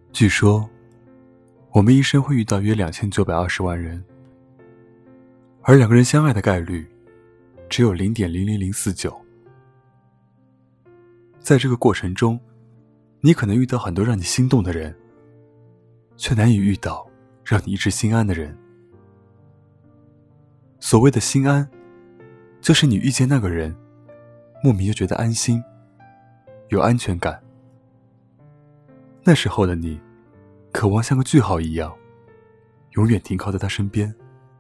据说我们一生会遇到约2920万人，而两个人相爱的概率只有0.00049。在这个过程中，你可能遇到很多让你心动的人，却难以遇到让你一直心安的人。所谓的心安，就是你遇见那个人，莫名就觉得安心，有安全感。那时候的你，渴望像个句号一样，永远停靠在他身边。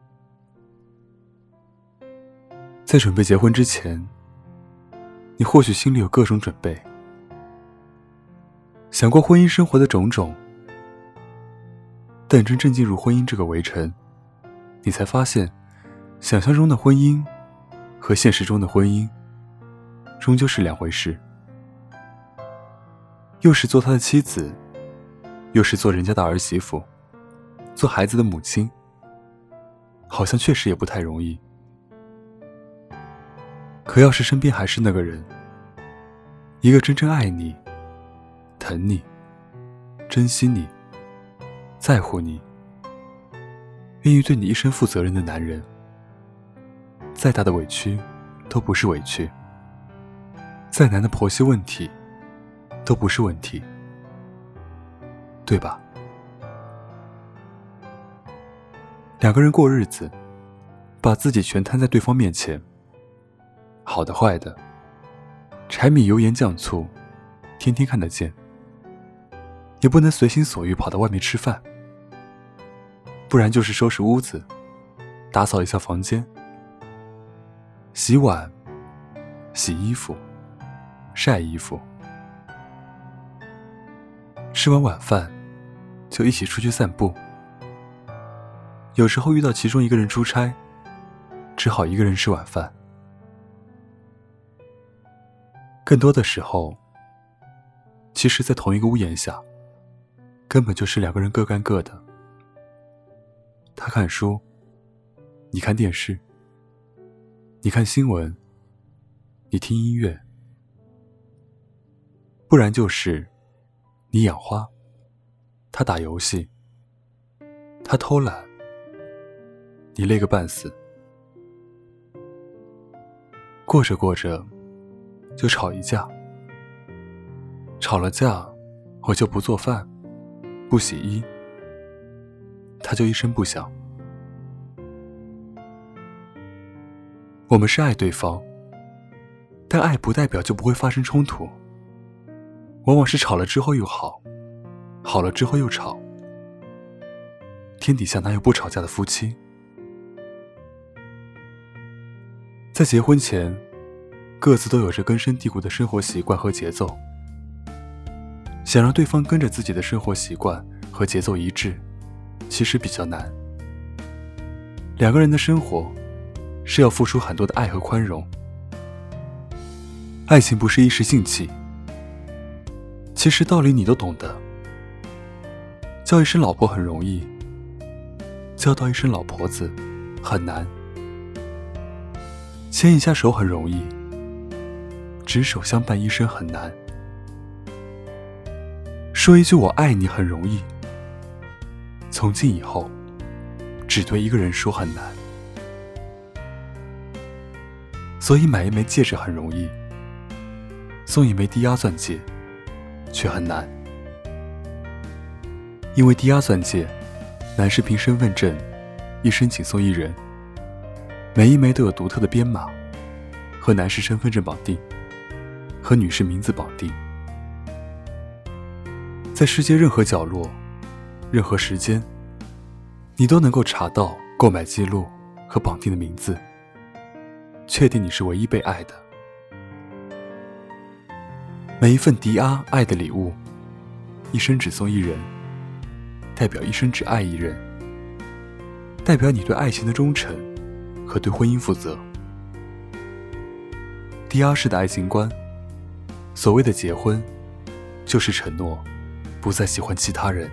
在准备结婚之前，你或许心里有各种准备，想过婚姻生活的种种，但真正进入婚姻这个围城，你才发现，想象中的婚姻和现实中的婚姻终究是两回事。又是做他的妻子，又是做人家的儿媳妇，做孩子的母亲，好像确实也不太容易。可要是身边还是那个人，一个真正爱你、疼你、珍惜你、在乎你、愿意对你一生负责任的男人，再大的委屈都不是委屈，再难的婆媳问题都不是问题，对吧？两个人过日子，把自己全摊在对方面前，好的坏的，柴米油盐酱醋，天天看得见。也不能随心所欲跑到外面吃饭，不然就是收拾屋子，打扫一下房间，洗碗、洗衣服、晒衣服。吃完晚饭就一起出去散步。有时候遇到其中一个人出差，只好一个人吃晚饭。更多的时候，其实在同一个屋檐下，根本就是两个人各干各的。他看书，你看电视，你看新闻，你听音乐，不然就是你养花，他打游戏，他偷懒，你累个半死。过着过着就吵一架，吵了架我就不做饭不洗衣，他就一声不响。我们是爱对方，但爱不代表就不会发生冲突，往往是吵了之后又好，好了之后又吵。天底下哪有不吵架的夫妻？在结婚前，各自都有着根深蒂固的生活习惯和节奏，想让对方跟着自己的生活习惯和节奏一致，其实比较难。两个人的生活是要付出很多的爱和宽容。爱情不是一时兴起，其实道理你都懂得。叫一声老婆很容易，叫到一声老婆子很难。牵一下手很容易，执手相伴一生很难。说一句我爱你很容易，从今以后只对一个人说很难。所以买一枚戒指很容易，送一枚低压钻戒却很难。因为低压钻戒男士凭身份证一生仅送一人，每一枚都有独特的编码，和男士身份证绑定，和女士名字绑定。在世界任何角落，任何时间，你都能够查到购买记录和绑定的名字，确定你是唯一被爱的。每一份迪阿爱的礼物，一生只送一人，代表一生只爱一人，代表你对爱情的忠诚和对婚姻负责。迪阿式的爱情观，所谓的结婚，就是承诺不再喜欢其他人。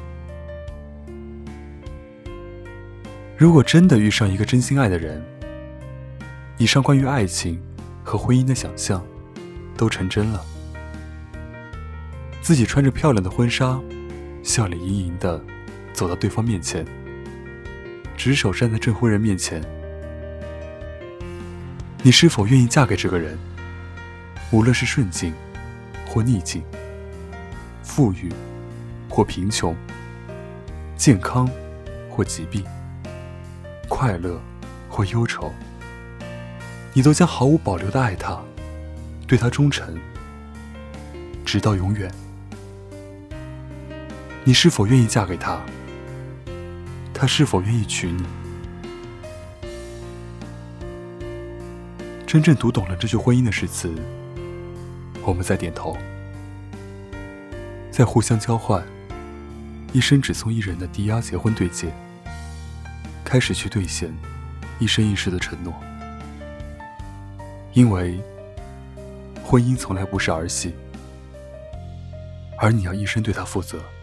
如果真的遇上一个真心爱的人，以上关于爱情和婚姻的想象都成真了。自己穿着漂亮的婚纱， 笑脸盈盈地走到对方面前，执手站在证婚人面前。你是否愿意嫁给这个人？无论是顺境或逆境，富裕或贫穷，健康或疾病，快乐或忧愁，你都将毫无保留地爱他，对他忠诚，直到永远。你是否愿意嫁给他？他是否愿意娶你？真正读懂了这句婚姻的誓词，我们再点头，再互相交换一生只送一人的抵押结婚对戒，开始去兑现一生一世的承诺。因为婚姻从来不是儿戏，而你要一生对它负责。